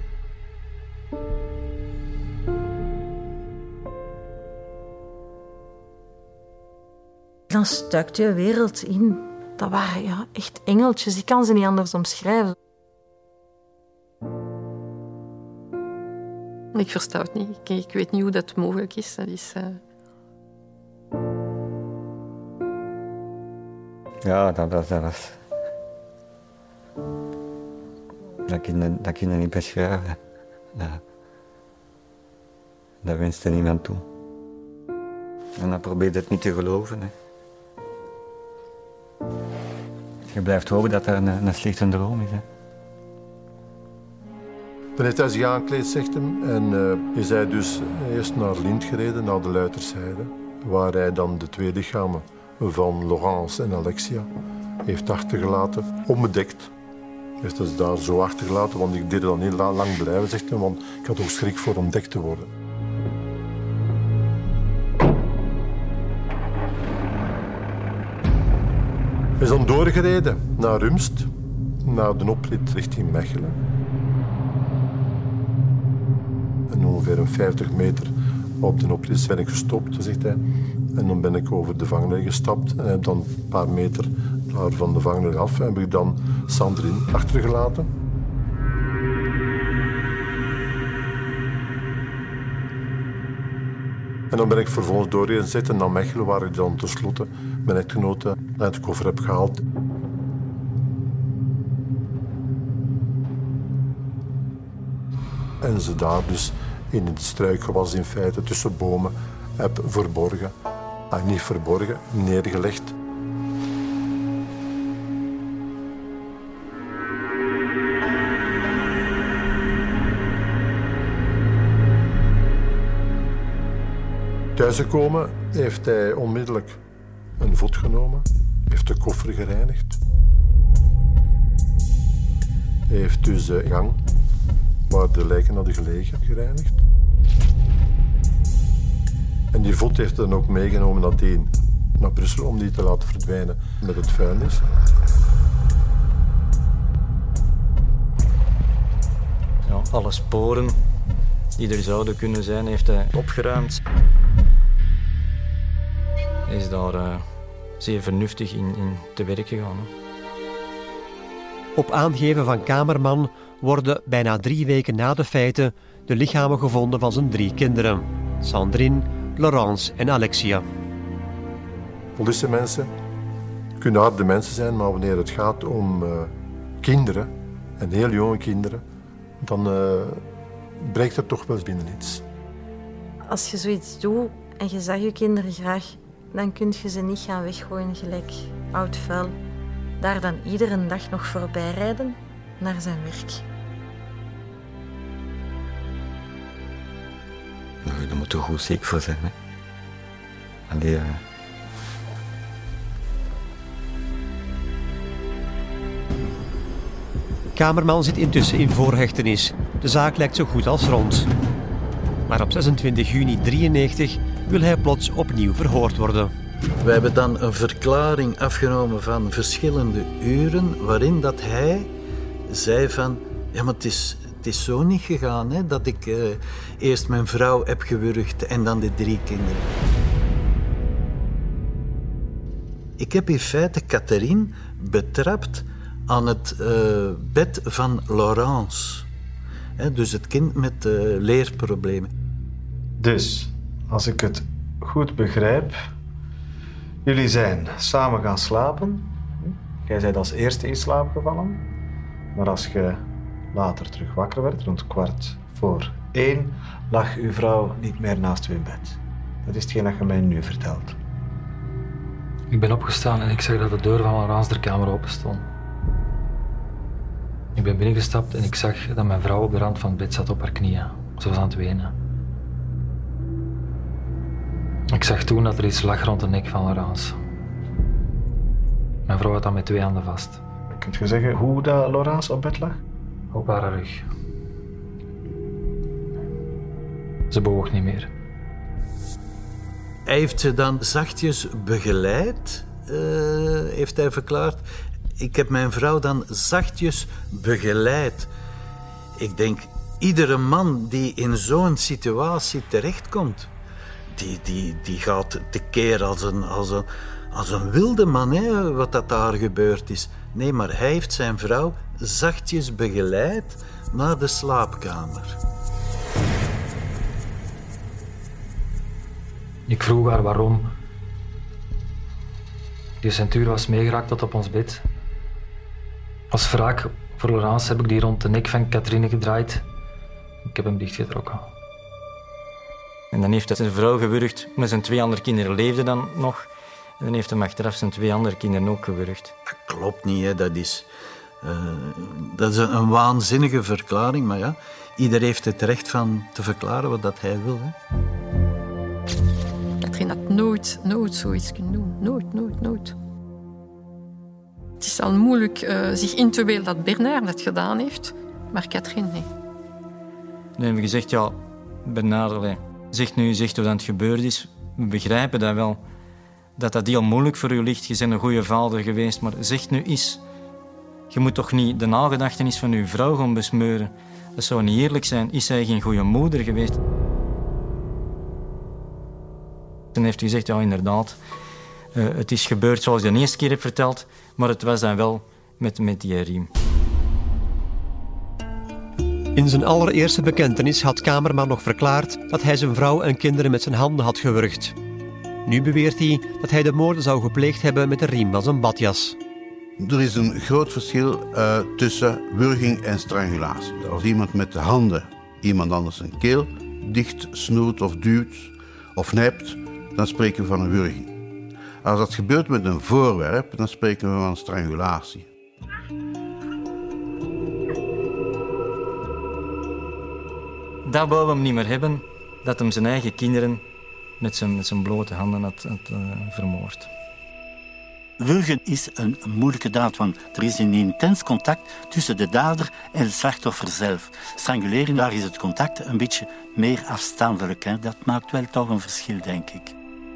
Dan stuikt je wereld in. Dat waren ja, echt engeltjes. Ik kan ze niet anders omschrijven. Ik versta het niet. Ik, ik weet niet hoe dat mogelijk is. Dat is uh... Ja, dat was... Dat, was... dat, kun je, dat kun je niet beschrijven. Dat, dat wenste niemand toe. En dan probeer je het niet te geloven. Hè. Je blijft hopen dat er een, een slechte droom is. Hè. Dan heeft hij zich aangekleed, zegt hem, en uh, is hij dus eerst naar Lint gereden, naar de Luiterzijde, waar hij dan de twee lichamen van Laurence en Alexia heeft achtergelaten, onbedekt. Hij heeft dus daar zo achtergelaten, want ik deed er dan heel lang blijven, zegt hij, want ik had ook schrik voor ontdekt te worden. Hij is dan doorgereden naar Rumst, naar de oprit richting Mechelen. En ongeveer een vijftig meter op de oprit ben ik gestopt, zegt hij. En dan ben ik over de vangrail gestapt en heb dan een paar meter daar van de vangrail af en heb ik dan Sandrine achtergelaten. En dan ben ik vervolgens doorgezet naar Mechelen, waar ik dan tenslotte mijn echtgenote uit de koffer heb gehaald. En ze daar dus in het struikgewas in feite tussen bomen heb verborgen. Ah, niet verborgen, neergelegd. Thuisgekomen heeft hij onmiddellijk een vod genomen, heeft de koffer gereinigd. Hij heeft dus de gang waar de lijken hadden gelegen gereinigd. En die vod heeft hij dan ook meegenomen nadien naar Brussel om die te laten verdwijnen met het vuilnis. Ja, alle sporen die er zouden kunnen zijn, heeft hij opgeruimd. Hij is daar uh, zeer vernuftig in, in te werk gegaan. Hè. Op aangeven van Kamerman worden bijna drie weken na de feiten de lichamen gevonden van zijn drie kinderen. Sandrine, Laurence en Alexia. Politiemensen kunnen harde mensen zijn, maar wanneer het gaat om uh, kinderen, en heel jonge kinderen, dan uh, breekt er toch wel binnen iets. Als je zoiets doet en je zag je kinderen graag, dan kun je ze niet gaan weggooien gelijk oud vuil. Daar dan iedere dag nog voorbij rijden naar zijn werk. Nou, daar moet je goed ziek voor zijn. Hè? Allee, uh... Kamerman zit intussen in voorhechtenis. De zaak lijkt zo goed als rond. Maar op zesentwintig juni negentien drieënnegentig wil hij plots opnieuw verhoord worden. We hebben dan een verklaring afgenomen van verschillende uren waarin dat hij zei van ja, maar het is, het is zo niet gegaan hè, dat ik uh, eerst mijn vrouw heb gewurgd en dan de drie kinderen. Ik heb in feite Catherine betrapt aan het uh, bed van Laurence. Hè, dus het kind met uh, leerproblemen. Dus, als ik het goed begrijp, jullie zijn samen gaan slapen. Jij bent als eerste in slaap gevallen. Maar als je later terug wakker werd, rond kwart voor één, lag uw vrouw niet meer naast u in bed. Dat is hetgeen dat je mij nu vertelt. Ik ben opgestaan en ik zag dat de deur van Laurence de kamer open stond. Ik ben binnengestapt en ik zag dat mijn vrouw op de rand van het bed zat op haar knieën. Ze was aan het wenen. Ik zag toen dat er iets lag rond de nek van Laurence. Mijn vrouw had dat met twee handen vast. Kunt je zeggen hoe dat Laurence op bed lag? Op haar rug. Ze bewoog niet meer. Hij heeft ze dan zachtjes begeleid, uh, heeft hij verklaard. Ik heb mijn vrouw dan zachtjes begeleid. Ik denk, iedere man die in zo'n situatie terechtkomt, die, die, die gaat tekeer als een, als, een, als een wilde man, hè, wat dat daar gebeurd is. Nee, maar hij heeft zijn vrouw zachtjes begeleid naar de slaapkamer. Ik vroeg haar waarom. Die centuur was meegeraakt tot op ons bed. Als wraak voor Laurence heb ik die rond de nek van Catherine gedraaid. Ik heb hem dichtgetrokken. En dan heeft hij zijn vrouw gewurgd, maar zijn twee andere kinderen leefden dan nog. En dan heeft hij achteraf zijn twee andere kinderen ook gewurgd. Dat klopt niet, hè. Dat is, uh, dat is een, een waanzinnige verklaring, maar ja, ieder heeft het recht van te verklaren wat dat hij wil. Hè. Catherine had nooit, nooit zoiets kunnen doen. Nooit, nooit, nooit. Het is al moeilijk uh, zich in te beelden dat Bernard dat gedaan heeft, maar Catherine nee. Dan hebben we gezegd, ja, Bernard, allez, zegt nu zegt hoe dat het gebeurd is. We begrijpen dat wel, dat dat heel moeilijk voor u ligt. Je bent een goede vader geweest, maar zeg nu eens, je moet toch niet de nagedachtenis van uw vrouw gaan besmeuren. Dat zou niet eerlijk zijn. Is zij geen goede moeder geweest? Dan heeft hij gezegd, ja, inderdaad, uh, het is gebeurd zoals je de eerste keer hebt verteld, maar het was dan wel met, met die riem. In zijn allereerste bekentenis had Kamerman nog verklaard dat hij zijn vrouw en kinderen met zijn handen had gewurgd. Nu beweert hij dat hij de moorden zou gepleegd hebben met de riem van zijn badjas. Er is een groot verschil uh, tussen wurging en strangulatie. Als iemand met de handen iemand anders zijn keel dicht snoert of duwt of knijpt, dan spreken we van een wurging. Als dat gebeurt met een voorwerp, dan spreken we van strangulatie. Dat wou we hem niet meer hebben, dat hem zijn eigen kinderen met zijn, met zijn blote handen had, had uh, vermoord. Wurgen is een moeilijke daad, want er is een intens contact tussen de dader en het slachtoffer zelf. Stranguleren, daar is het contact een beetje meer afstandelijk. Hè. Dat maakt wel toch een verschil, denk ik.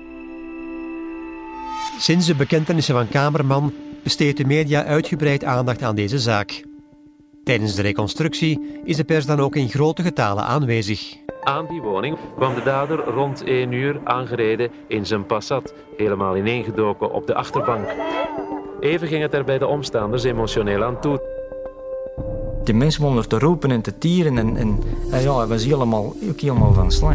Sinds de bekentenissen van Kamerman besteedt de media uitgebreid aandacht aan deze zaak. Tijdens de reconstructie is de pers dan ook in grote getalen aanwezig. Aan die woning kwam de dader rond één uur aangereden in zijn Passat, helemaal ineengedoken op de achterbank. Even ging het er bij de omstanders emotioneel aan toe. Die mensen begonnen te roepen en te tieren en, en, en ja, hij was helemaal, ook helemaal van slag.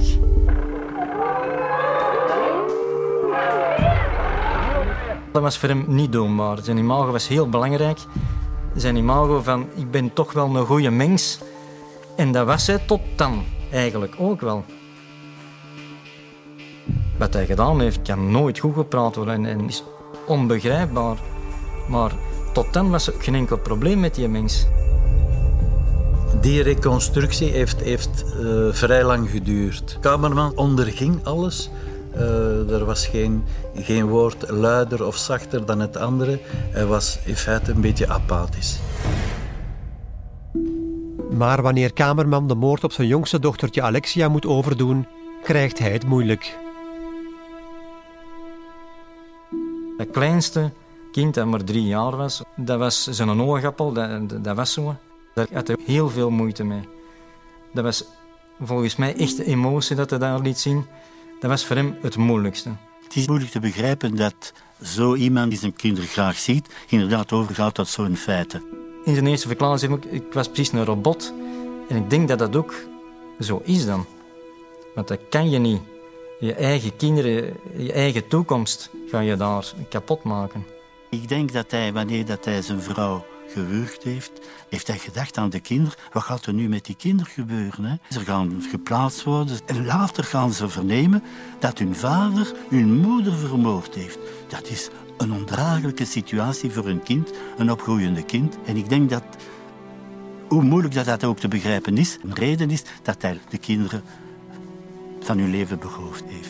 Dat was voor hem niet doenbaar. Zijn imago was heel belangrijk. Zijn imago van, ik ben toch wel een goede mens. En dat was hij tot dan eigenlijk ook wel. Wat hij gedaan heeft, kan nooit goed gepraat worden en, en is onbegrijpbaar. Maar tot dan was er geen enkel probleem met die mens. Die reconstructie heeft, heeft uh, vrij lang geduurd. Kamerman onderging alles. Uh, er was geen, geen woord luider of zachter dan het andere. Hij was in feite een beetje apathisch. Maar wanneer Kamerman de moord op zijn jongste dochtertje Alexia moet overdoen, krijgt hij het moeilijk. Het kleinste kind dat maar drie jaar was, dat was zijn oogappel, dat, dat, dat was zo. Daar had hij heel veel moeite mee. Dat was volgens mij echt de emotie dat hij daar liet zien. Dat was voor hem het moeilijkste. Het is moeilijk te begrijpen dat zo iemand die zijn kinderen graag ziet, inderdaad overgaat tot zo'n feiten. In zijn eerste verklaring zei hij, ik was precies een robot. En ik denk dat dat ook zo is dan. Want dat kan je niet. Je eigen kinderen, je eigen toekomst ga je daar kapot maken. Ik denk dat hij, wanneer dat hij zijn vrouw gewurgd heeft, heeft hij gedacht aan de kinderen. Wat gaat er nu met die kinderen gebeuren? Hè? Ze gaan geplaatst worden en later gaan ze vernemen dat hun vader hun moeder vermoord heeft. Dat is een ondraaglijke situatie voor een kind, een opgroeiende kind. En ik denk dat, hoe moeilijk dat, dat ook te begrijpen is, een reden is dat hij de kinderen van hun leven beroofd heeft.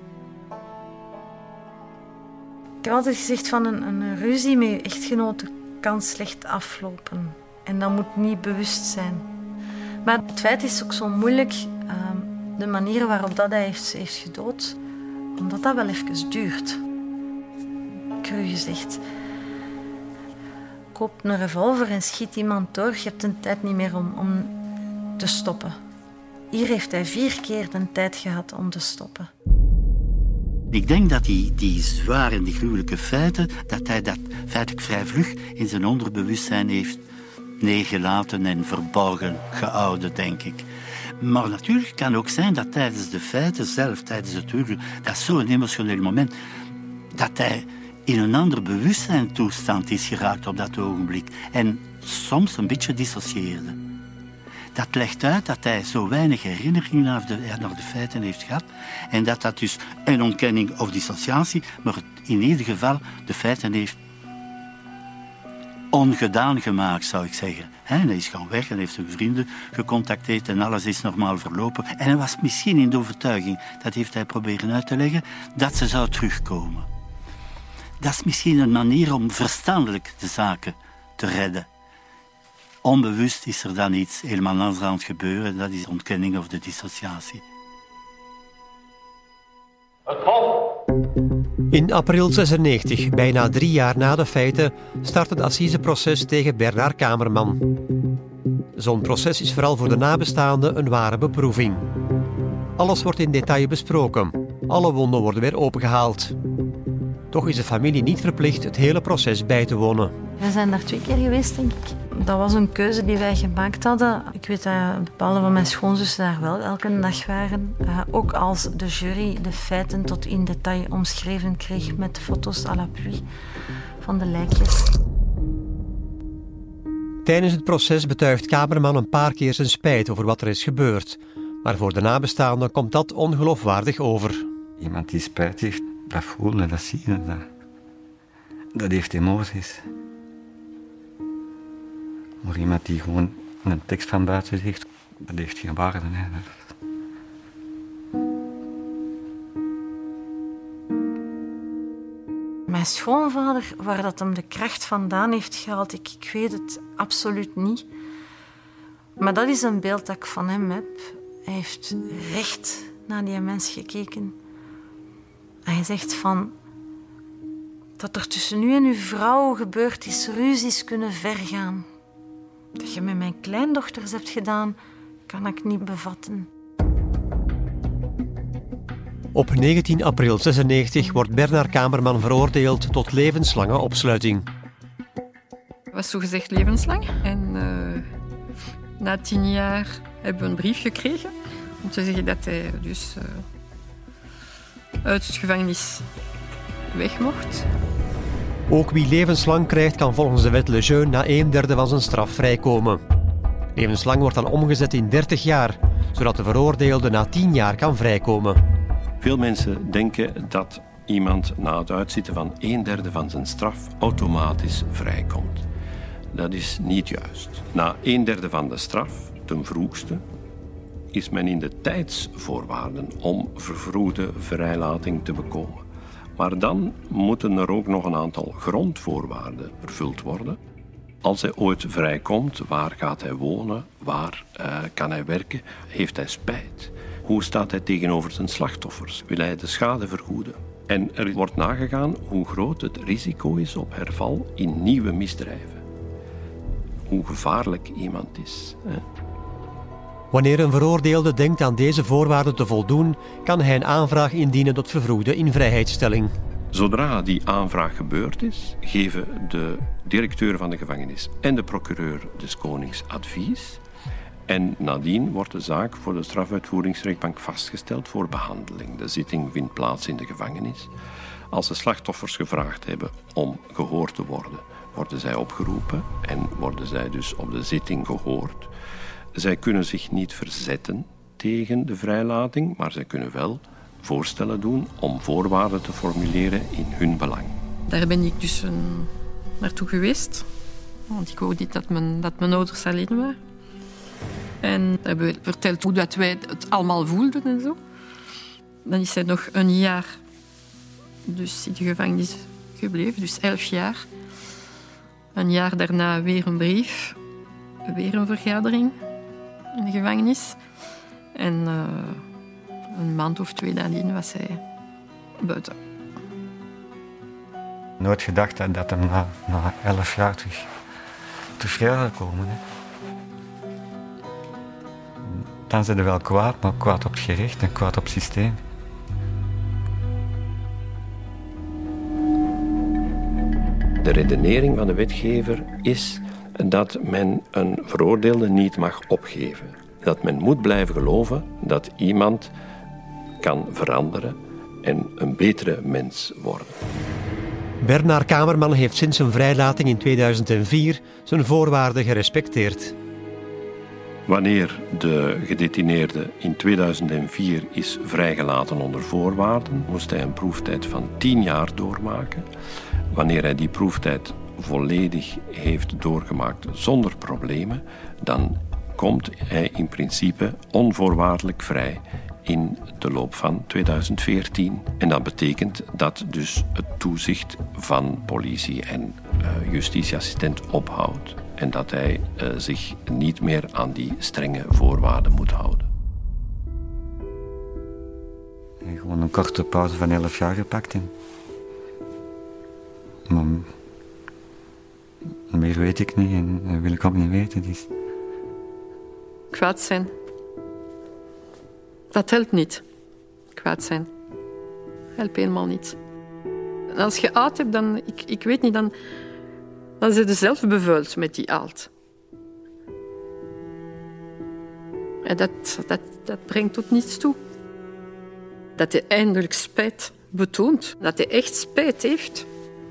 Ik heb altijd gezegd van een, een ruzie met je echtgenote kan slecht aflopen. En dat moet niet bewust zijn. Maar het feit is ook zo moeilijk, uh, de manier waarop dat hij heeft, heeft gedood, omdat dat wel even duurt. Cru gezegd. Koop een revolver en schiet iemand door. Je hebt een tijd niet meer om, om te stoppen. Hier heeft hij vier keer de tijd gehad om te stoppen. Ik denk dat die, die zware en die gruwelijke feiten, dat hij dat feitelijk vrij vlug in zijn onderbewustzijn heeft neergelaten en verborgen gehouden, denk ik. Maar natuurlijk kan ook zijn dat tijdens de feiten zelf, tijdens het huwelijk, dat is zo'n emotioneel moment, dat hij in een ander bewustzijntoestand is geraakt op dat ogenblik en soms een beetje dissocieerde. Dat legt uit dat hij zo weinig herinnering naar de, naar de feiten heeft gehad en dat dat dus een ontkenning of dissociatie, maar in ieder geval de feiten heeft ongedaan gemaakt, zou ik zeggen. He, hij is gaan weg en heeft zijn vrienden gecontacteerd en alles is normaal verlopen. En hij was misschien in de overtuiging, dat heeft hij proberen uit te leggen, dat ze zou terugkomen. Dat is misschien een manier om verstandelijk de zaken te redden. Onbewust is er dan iets helemaal anders aan het gebeuren. Dat is de ontkenning of de dissociatie. In april zesennegentig, bijna drie jaar na de feiten, start het assiseproces tegen Bernard Kamerman. Zo'n proces is vooral voor de nabestaanden een ware beproeving. Alles wordt in detail besproken. Alle wonden worden weer opengehaald. Toch is de familie niet verplicht het hele proces bij te wonen. We zijn daar twee keer geweest, denk ik. Dat was een keuze die wij gemaakt hadden. Ik weet dat bepaalde van mijn schoonzussen daar wel elke dag waren. Uh, ook als de jury de feiten tot in detail omschreven kreeg met foto's à l'appui van de lijkjes. Tijdens het proces betuigt Kamerman een paar keer zijn spijt over wat er is gebeurd. Maar voor de nabestaanden komt dat ongeloofwaardig over. Iemand die spijt heeft, dat voelen, dat zien, dat, dat heeft emoties. Maar iemand die gewoon een tekst van buiten zegt, dat heeft geen waarde. Hè. Mijn schoonvader, waar dat hem de kracht vandaan heeft gehaald, ik, ik weet het absoluut niet. Maar dat is een beeld dat ik van hem heb. Hij heeft recht naar die mens gekeken. Hij zegt van dat er tussen u en uw vrouw gebeurd is, ruzies kunnen vergaan. Dat je met mijn kleindochters hebt gedaan, kan ik niet bevatten. Op negentien april zesennegentig wordt Bernard Kamerman veroordeeld tot levenslange opsluiting. Het was zogezegd levenslang. En uh, na tien jaar hebben we een brief gekregen om te zeggen dat hij dus uh, uit de gevangenis weg mocht. Ook wie levenslang krijgt kan volgens de wet Lejeune na een derde van zijn straf vrijkomen. Levenslang wordt dan omgezet in dertig jaar, zodat de veroordeelde na tien jaar kan vrijkomen. Veel mensen denken dat iemand na het uitzitten van een derde van zijn straf automatisch vrijkomt. Dat is niet juist. Na een derde van de straf, ten vroegste, is men in de tijdsvoorwaarden om vervroegde vrijlating te bekomen. Maar dan moeten er ook nog een aantal grondvoorwaarden vervuld worden. Als hij ooit vrijkomt, waar gaat hij wonen? Waar uh, kan hij werken? Heeft hij spijt? Hoe staat hij tegenover zijn slachtoffers? Wil hij de schade vergoeden? En er wordt nagegaan hoe groot het risico is op herval in nieuwe misdrijven. Hoe gevaarlijk iemand is. Hè? Wanneer een veroordeelde denkt aan deze voorwaarden te voldoen, kan hij een aanvraag indienen tot vervroegde invrijheidstelling. Zodra die aanvraag gebeurd is, geven de directeur van de gevangenis en de procureur des Konings advies. En nadien wordt de zaak voor de strafuitvoeringsrechtbank vastgesteld voor behandeling. De zitting vindt plaats in de gevangenis. Als de slachtoffers gevraagd hebben om gehoord te worden, worden zij opgeroepen en worden zij dus op de zitting gehoord. Zij kunnen zich niet verzetten tegen de vrijlating, maar zij kunnen wel voorstellen doen om voorwaarden te formuleren in hun belang. Daar ben ik dus een, naartoe geweest, want ik hoorde dat mijn, dat mijn ouders alleen waren. En hebben we verteld hoe dat wij het allemaal voelden en zo. Dan is hij nog een jaar dus in de gevangenis gebleven, dus elf jaar. Een jaar daarna weer een brief, weer een vergadering in de gevangenis. En uh, een maand of twee nadien was hij buiten. Nooit gedacht dat, dat hem na, na elf jaar terug, terug vrij zou komen. Hè. Dan zijn ze wel kwaad, maar kwaad op het gerecht en kwaad op het systeem. De redenering van de wetgever is dat men een veroordeelde niet mag opgeven. Dat men moet blijven geloven dat iemand kan veranderen en een betere mens worden. Bernard Kamerman heeft sinds zijn vrijlating in tweeduizend vier zijn voorwaarden gerespecteerd. Wanneer de gedetineerde in tweeduizend vier is vrijgelaten onder voorwaarden, moest hij een proeftijd van tien jaar doormaken. Wanneer hij die proeftijd volledig heeft doorgemaakt zonder problemen, dan komt hij in principe onvoorwaardelijk vrij in de loop van tweeduizend veertien. En dat betekent dat dus het toezicht van politie en uh, justitieassistent ophoudt. En dat hij uh, zich niet meer aan die strenge voorwaarden moet houden. En gewoon een korte pauze van elf jaar gepakt. En... Maar... meer weet ik niet en dat wil ik ook niet weten. Dus... Kwaad zijn. Dat helpt niet. Kwaad zijn. Helpt helemaal niet. En als je aalt hebt, dan... Ik, ik weet niet, dan... Dan zit je zelf bevuild met die aalt. En dat, dat, dat brengt tot niets toe. Dat hij eindelijk spijt betoont. Dat hij echt spijt heeft.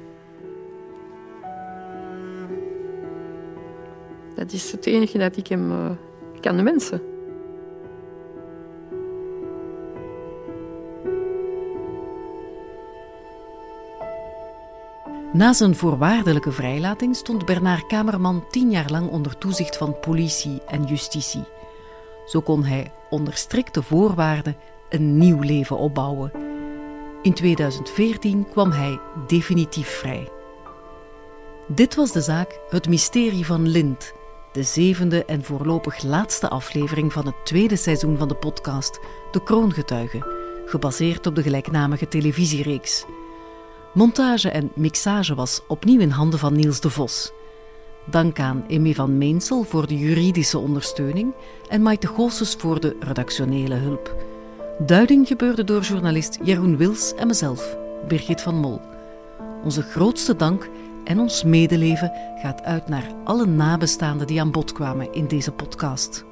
Dat is het enige dat ik hem uh, kan wensen. Na zijn voorwaardelijke vrijlating stond Bernard Kamerman tien jaar lang onder toezicht van politie en justitie. Zo kon hij onder strikte voorwaarden een nieuw leven opbouwen. In tweeduizend veertien kwam hij definitief vrij. Dit was de zaak Het Mysterie van Lint, de zevende en voorlopig laatste aflevering van het tweede seizoen van de podcast De Kroongetuige, gebaseerd op de gelijknamige televisiereeks. Montage en mixage was opnieuw in handen van Niels de Vos. Dank aan Aimé van Meensel voor de juridische ondersteuning en Maite Goossens voor de redactionele hulp. Duiding gebeurde door journalist Jeroen Wils en mezelf, Birgit van Mol. Onze grootste dank en ons medeleven gaat uit naar alle nabestaanden die aan bod kwamen in deze podcast.